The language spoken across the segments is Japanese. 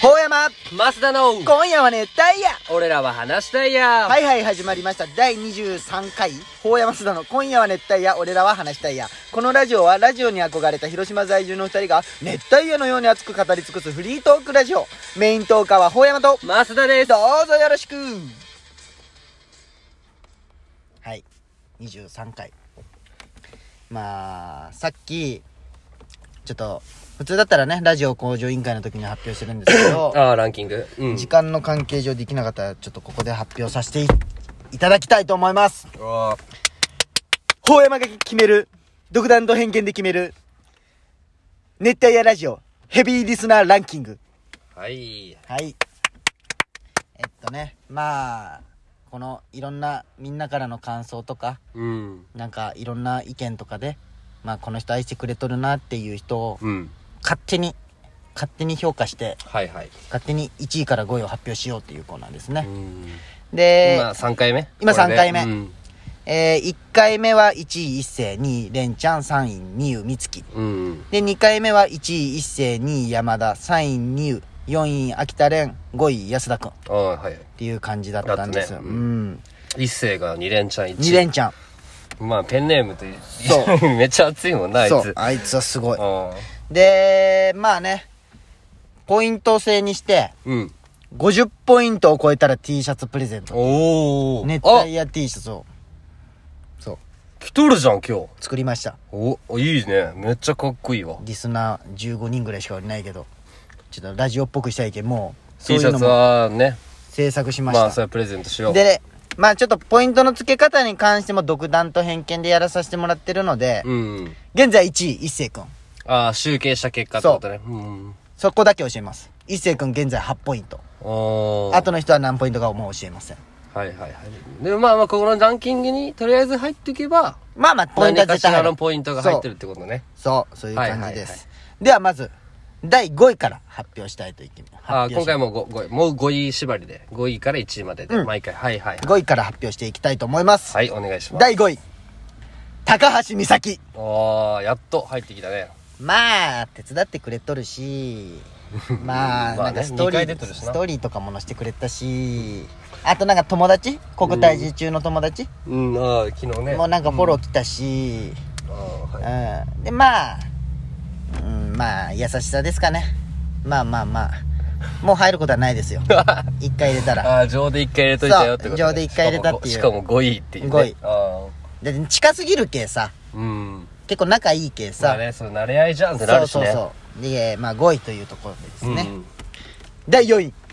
ほうやま増田の今夜は熱帯夜。 俺らは話したいや。 はいはい、始まりました。第23回ほうやま須田の今夜は熱帯夜、俺らは話したいや。このラジオはラジオに憧れた広島在住の2人が熱帯夜のように熱く語り尽くすフリートークラジオ。メイントーカーはほうやまと増田です。 どうぞよろしく。はい、23回。まあさっきちょっと普通だったらね、ラジオ向上委員会の時に発表するんですけどランキング、 時間の関係上できなかったら、ちょっとここで発表させて いただきたいと思います。ほうやまが決める、独断と偏見で決める熱帯夜ラジオヘビーリスナーランキング。 はいはい、まあこのいろんなみんなからの感想とか、なんかいろんな意見とかで、まあこの人愛してくれとるなっていう人を勝手に評価して、 はいはい、 勝手に1位から5位を発表しようっていうコーナーですね。で、 今3回目今3回目、1回目は1位一世、2位レンちゃん、3位みゆみつき、で2回目は1位一世、2位山田、3位みゆ、4位秋田蓮、5位安田くんっていう感じだったんです。 一世が2連チャン、 2連チャン、 まあペンネームとそうめっちゃ熱いもんな、あいつ。 そう、あいつはすごい。で、まあね、ポイント制にして、50ポイントを超えたら T シャツプレゼント。 おー、 熱帯夜 T シャツをそう来とるじゃん今日。 作りました。 いいね、めっちゃかっこいいわ。 リスナー15人ぐらいしかおりないけど、ちょっとラジオっぽくしたいけど、もう T シャツはね、 制作しました。 まあそれプレゼントしよう。 で、まあちょっとポイントの付け方に関しても独断と偏見でやらさせてもらってるので、現在1位一星くん。 集計した結果ってことね。 そこだけ教えます。一星くん現在8ポイント。あとの人は何ポイントかはもう教えません。 はいはいはい。でもまあまあここのランキングにとりあえず入っておけば、 まあまあポイントは絶対入る。 何かしらのポイントが入ってるってことね。 そういう感じです。ではまず第5位から発表したいといきます。 今回も5位、もう5位縛りで、5位から1位までで、毎回、5 位から発表していきたいと思います。 はい、お願いします。 第5位、高橋美咲。 やっと入ってきたね。 まあ手伝ってくれとるし、まあなんかストーリーとかも載せてくれたし、あとなんか友達、国体寺中の友達、 昨日ね、 もうなんかフォロー来たし、でまあまあ優しさですかね。まあもう入ることはないですよ。1回入れたら。 上で1回入れといたよってことね。 上で1回入れたっていう。 しかも5位っていうね。 5位。で近すぎるけさ、結構仲いいけさ、 まあね、それ慣れ合いじゃんってなるしね。 そうで、まあ5位というところですね。第4位。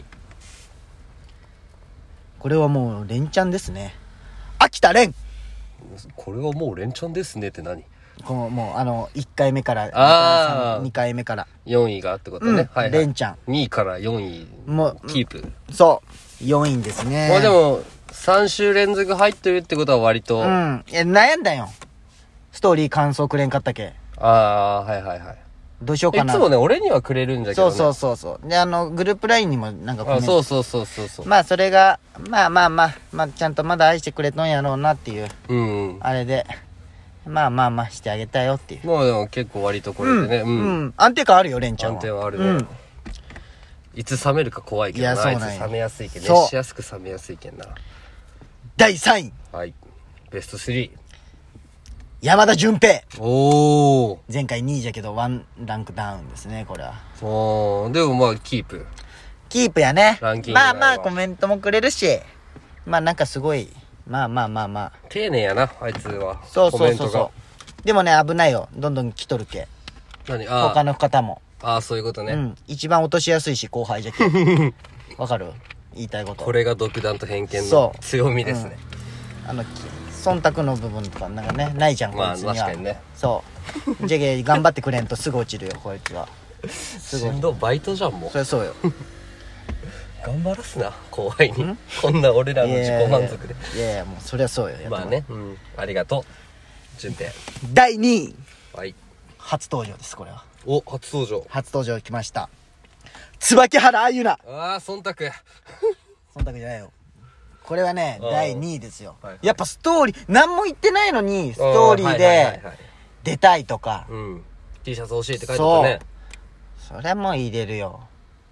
これはもう連チャンですね。秋田蓮。 これはもう連チャンですねって何？ もう1回目から2回目から 4位がってことね。 連チャン 2位から4位もキープ。 そう4位ですね。 でも3週連続入ってるってことは割と悩んだよ。ストーリー感想くれんかったけ。どうしようかな。 いつもね俺にはくれるんだけどね。 そうでグループ LINE にもなんかコメント。 そうまあそれがまあちゃんとまだ愛してくれとんやろうなっていうあれで、まあしてあげたよっていう。 もうでも結構割とこれでね、 安定感あるよ、レンちゃんは。 安定はあるね。いつ冷めるか怖いけどな。あいつ冷めやすいけど、熱しやすく冷めやすいけんな。 第3位。 はい、ベスト3。 山田純平。 前回2位じゃけど1ランクダウンですね、これは。 でもまあキープやね。 ランキングまあコメントもくれるし、まあなんかすごいまあ丁寧やな、あいつは。 そうでもね、危ないよ、どんどん来とるけ。他の方もそういうことね。 一番落としやすいし、後輩じゃけわかる、言いたいこと。 これが独断と偏見の強みですね。 忖度の部分とかなんかね、ないじゃん、こいつには。 確かにね。 そうじゃけ頑張ってくれんとすぐ落ちるよ、こいつは。 しんどバイトじゃん、もう。 そりゃそうよ。 頑張らすな、後輩に。こんな俺らの自己満足で。 いやもうそりゃそうよ。 まあね、ありがとう純平。 第2位。初登場です、これは。 初登場来ました。椿原あゆな。 忖度じゃないよ。これはね、第2位ですよ。やっぱストーリー何も言ってないのにストーリーで出たいとか、 T シャツ欲しいって書いてあったね。 そりゃもう入れるよ。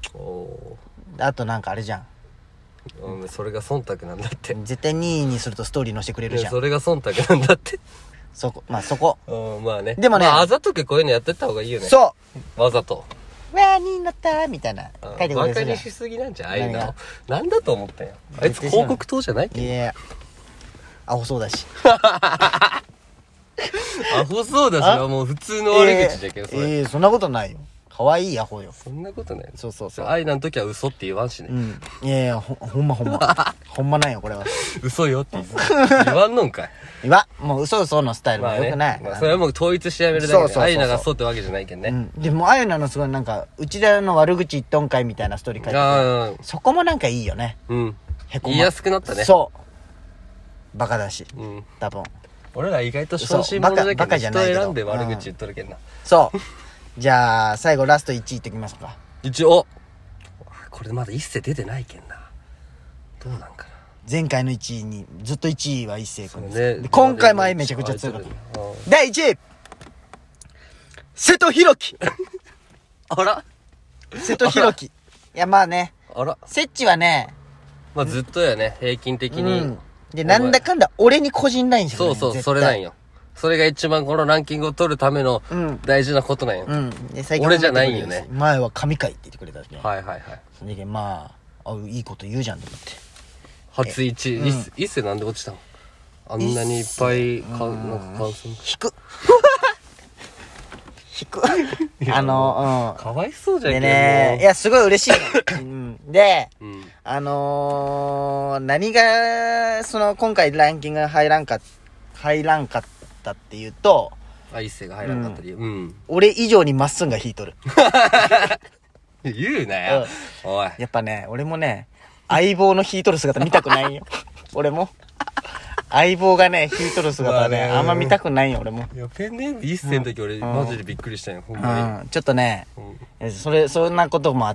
おあとなんかあれじゃん、 それが忖度なんだって。 絶対2位にするとストーリー載せてくれるじゃん。 それが忖度なんだって。 そこ、まあそこ。 まあね。 でもね、 あざとくこういうのやってった方がいいよね。 そう。 わざと。 わーになったみたいな。書いてくれるじゃん。 バカにしすぎなんじゃん、ああいうの。なんだと思ったんや。あいつ広告塔じゃないけど。 いや、アホそうだし。 アホそうだしはもう普通の悪口だけど、それ。 そんなことないよ。可愛いアホよ。 そんなことない。 そうそうそう。 愛なん時は嘘って言わんしね。 いやいや、ほんま。ほんまなんよ、これは。 嘘よって言わんのんかい。 もう嘘のスタイルは良くない。 それはもう統一してやめるだけで。愛ながそうってわけじゃないけどね。 でも、愛なのすごいなんか、うちらの悪口言っとんかいみたいなストーリー書いてて、そこもなんかいいよね。言いやすくなったね。 そう。バカだし。多分。 俺ら意外と小心者だけど、人選んで悪口言っとるけんな。 そう。じゃあ、最後ラスト1位いっときますか。 一応。これまだ一世出てないけんな。どうなんかな。 前回の1位に、ずっと1位は一世君です。今回も愛めちゃくちゃ強かった。第1位瀬戸弘樹あら瀬戸弘樹。いや、まあね。 あらセッチはね。 まあずっとやね、平均的に。 で、なんだかんだ俺に個人ラインしかない。 そう、それなんよ。それが一番このランキングを取るための大事なことなんよ。俺じゃないんよね。 前は神回って言ってくれたね。 はい。 で、まあ、いいこと言うじゃんと思って。 初1位。一世なんで落ちたの？あんなにいっぱい感想。 引く。 かわいそうじゃんけん。 でね、いや、すごい嬉しい。で、何が、今回ランキングが入らんかったっていうと、 一世が入らんかった理由。 俺以上にまっすんが引いとる。 言うなよ。おい。 やっぱね、俺もね、相棒の引いとる姿見たくないよ。俺も。相棒がね、引いとる姿はね、あんま見たくないよ、俺も。 いや、ペンネーム一世の時俺、マジでびっくりしたよ、ほんまに。ちょっとね、そんなこともあって。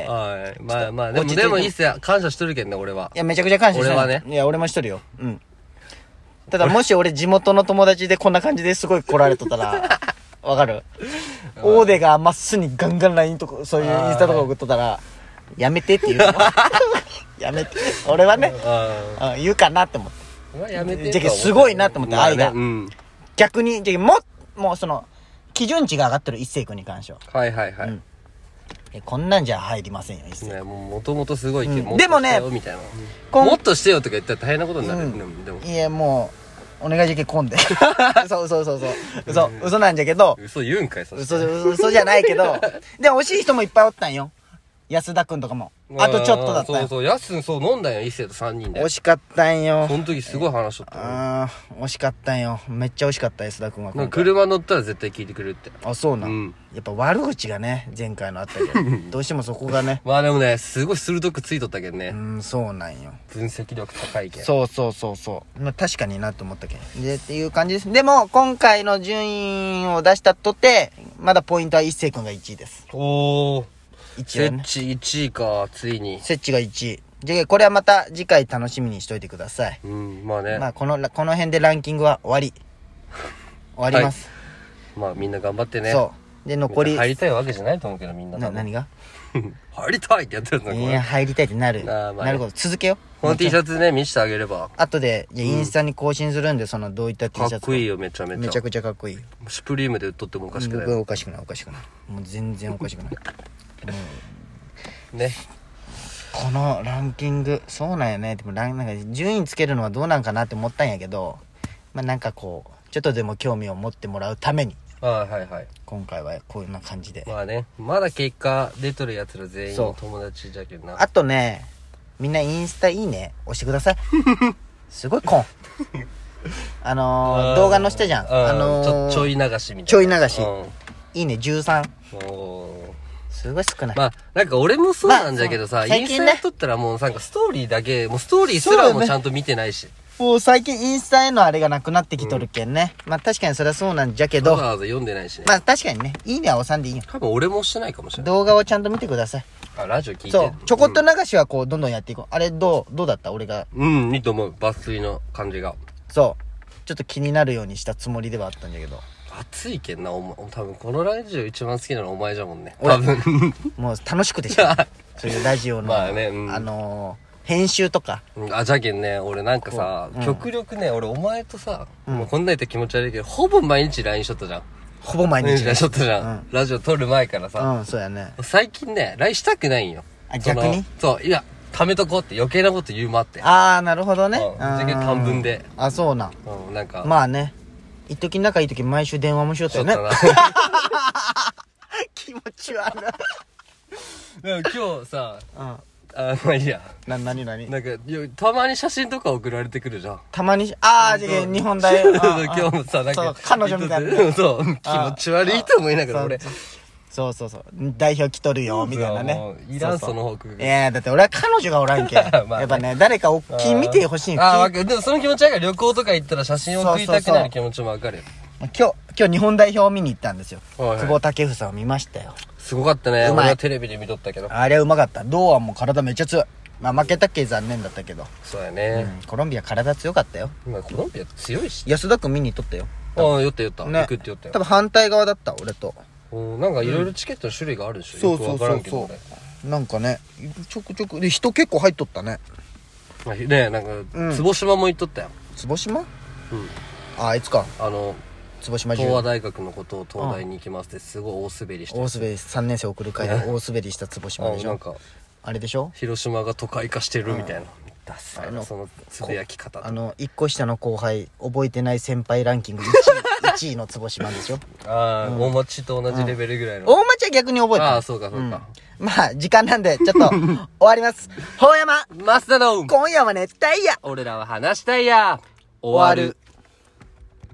はい。まあ、でも一世感謝しとるけんね、俺は。 いや、めちゃくちゃ感謝してる。俺はね。いや、俺もしとるよ。ただ、もし俺地元の友達でこんな感じですごい来られとったら、わかる？オーデがまっすぐにガンガン LINE とか、そういうインスタとか送っとったら、やめてって言うの。やめて。俺はね、言うかなって思って。 やめて。 じゃけすごいなって思って、愛が。逆に、じゃけもう基準値が上がってる一星君に関しては。 はい。 こんなんじゃ入りませんよ、一星。 もともとすごいけど、 でもね、 もっとしてよとか言ったら大変なことになる。 いや、もう、お願いじゃけこんで。そう。嘘なんじゃけど。 嘘言うんかい、 嘘じゃないけど。でも惜しい人もいっぱいおったんよ。安田くんとかも。あとちょっとだったよ。 そう、飲んだんよ、一世と3人で。 惜しかったんよ。 その時すごい話しとった。 惜しかったんよ。めっちゃ惜しかった、安田くんは。 車乗ったら絶対聞いてくれるって。 あ、そうな。やっぱ悪口がね、前回のあったけど。どうしてもそこがね。 まあでもね、すごい鋭くついとったけどね。 そうなんよ。 分析力高いけん。 そう。まあ確かになと思ったけん。で、っていう感じです。でも、今回の順位を出したとて、まだポイントは一星くんが1位です。 おー。 セッチ1位か、ついに。 セッチが1位。じゃあ、これはまた次回楽しみにしといてください。 まあね。 まあ、この辺でランキングは終わります。 まあ、みんな頑張ってね。 そう。で、残り。 入りたいわけじゃないと思うけど、みんな。 何が入りたいってやってるのいや、入りたいってなる。なるほど。続けよ。 この T シャツね、見せてあげれば。 後で、インスタに更新するんで、どういった T シャツか。 かっこいいよ、めちゃめちゃ。 めちゃくちゃかっこいい。 シュプリームで売っとってもおかしくない。 おかしくない。もう全然おかしくない。 ね。 このランキング、そうなんやね。でもなんか順位つけるのはどうなんかなって思ったんやけど、まあなんかこう、ちょっとでも興味を持ってもらうために。今回はこういうな感じで。 まあね、まだ結果出とるやつら全員友達じゃけどな。 あとね、みんなインスタいいね押してください。すごいコン。動画載せたじゃん。 ちょい流しみたいな。 ちょい流し。いいね13。すごい少ない。 まあ、なんか俺もそうなんだけどさ、インスタやっとったらもうなんかストーリーだけ、もうストーリーすらもちゃんと見てないし。 もう最近インスタへのあれがなくなってきとるけんね。まあ確かにそれはそうなんじゃけど。 わざわざ読んでないしね。 まあ確かにね、いいねは押さんでいいよ。 多分俺もしてないかもしれない。 動画をちゃんと見てください。 ラジオ聞いて。 そう。ちょこっと流しはこう、どんどんやっていこう。あれどうだった俺が。 いいと思う。抜粋の感じが。 そう。ちょっと気になるようにしたつもりではあったんだけど。 熱いけんな、多分このラジオ一番好きなのお前じゃもんね。多分。 もう楽しくてしょ。 そういうラジオの、 まあね、 編集とか。 じゃけんね、俺なんかさ、極力ね、俺お前とさ、もうこんなん言って気持ち悪いけど、ほぼ毎日 LINE しとったじゃん。 ほぼ毎日 LINE しとったじゃん。ラジオ撮る前からさ。 そうやね。 最近ね、LINE したくないんよ。 逆にそう、いや、貯めとこうって余計なこと言うもあって。 なるほどね。 じゃけん短文で。 そうなん。 なんか。 まあね。一時仲いい時毎週電話もしよったよね。気持ち悪い。 でも今日さ、まあいいや。 何なんか、たまに写真とか送られてくるじゃん。 たまに、日本大。 今日もさ、なんか。 彼女みたいな。 そう、気持ち悪いと思いながら俺。 そう。代表来とるよ、みたいなね。 いらん、その報告。 だって俺は彼女がおらんけん。やっぱね、誰か大きい見てほしい。 わかる。でもその気持ちは旅行とか行ったら写真を送りたくなる気持ちもわかるよ。 今日日本代表を見に行ったんですよ。久保建英を見ましたよ。 すごかったね。俺はテレビで見とったけど。 あれはうまかった。堂安も体めっちゃ強い。まあ負けたっけ残念だったけど。 そうやね。 コロンビア体強かったよ。 今コロンビア強いし。 安田くん見に行っとったよ。 酔った。行くって酔ったよ。 多分反対側だった、俺と。 なんかいろいろチケットの種類があるでしょ。 そう。なんかね、ちょくで人結構入っとったね。 ね、なんか、坪島も行っとったよ。 坪島？あいつか。坪島東和大学のことを東大に行きますってすごい大滑りして。 大滑り、3年生送る会で大滑りした坪島でしょ。 なんか、 あれでしょ？ 広島が都会化してるみたいな。ダサいな、そのつぶやき方と。 1個下の後輩、覚えてない先輩ランキング1位の坪島でしょ。 大町と同じレベルぐらいの。 大町は逆に覚えてる。 そうか。 まあ、時間なんで、ちょっと、終わります。ほうやまマスターの今夜は熱帯夜俺らは話したいや終わる。